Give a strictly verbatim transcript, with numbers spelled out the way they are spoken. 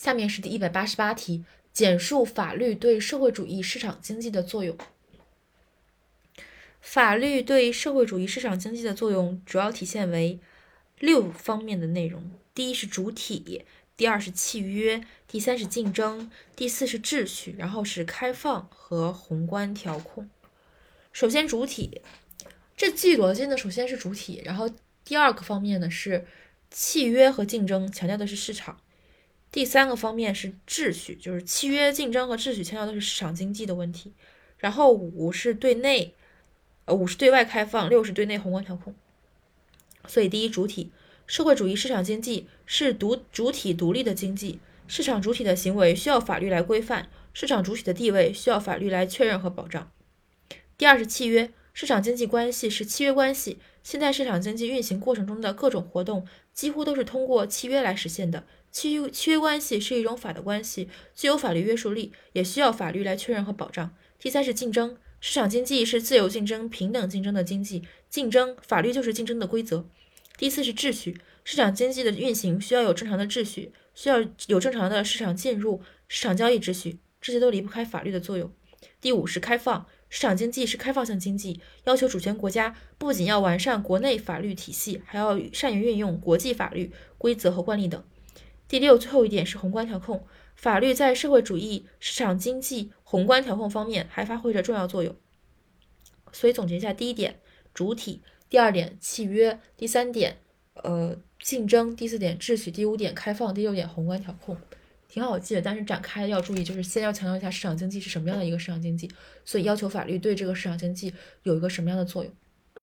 下面是第一百八十八题，简述法律对社会主义市场经济的作用。法律对社会主义市场经济的作用主要体现为六方面的内容。第一是主体，第二是契约，第三是竞争，第四是秩序，然后是开放和宏观调控。首先主体，这记忆逻辑呢，首先是主体，然后第二个方面呢是契约和竞争，强调的是市场。第三个方面是秩序，就是契约、竞争和秩序强调的是市场经济的问题。然后五是对内，呃五是对外开放，六是对内宏观调控。所以第一主体，社会主义市场经济是独主体独立的经济，市场主体的行为需要法律来规范，市场主体的地位需要法律来确认和保障。第二是契约，市场经济关系是契约关系，现代市场经济运行过程中的各种活动几乎都是通过契约来实现的。契约契约关系是一种法的关系，具有法律约束力，也需要法律来确认和保障。第三是竞争，市场经济是自由竞争、平等竞争的经济，竞争法律就是竞争的规则。第四是秩序，市场经济的运行需要有正常的秩序，需要有正常的市场进入、市场交易秩序，这些都离不开法律的作用。第五是开放，市场经济是开放性经济，要求主权国家不仅要完善国内法律体系，还要善于运用国际法律规则和惯例等。第六，最后一点是宏观调控，法律在社会主义市场经济宏观调控方面还发挥着重要作用。所以总结一下，第一点主体，第二点契约，第三点呃竞争，第四点秩序，第五点开放，第六点宏观调控。挺好记的，但是展开要注意，就是先要强调一下市场经济是什么样的一个市场经济，所以要求法律对这个市场经济有一个什么样的作用。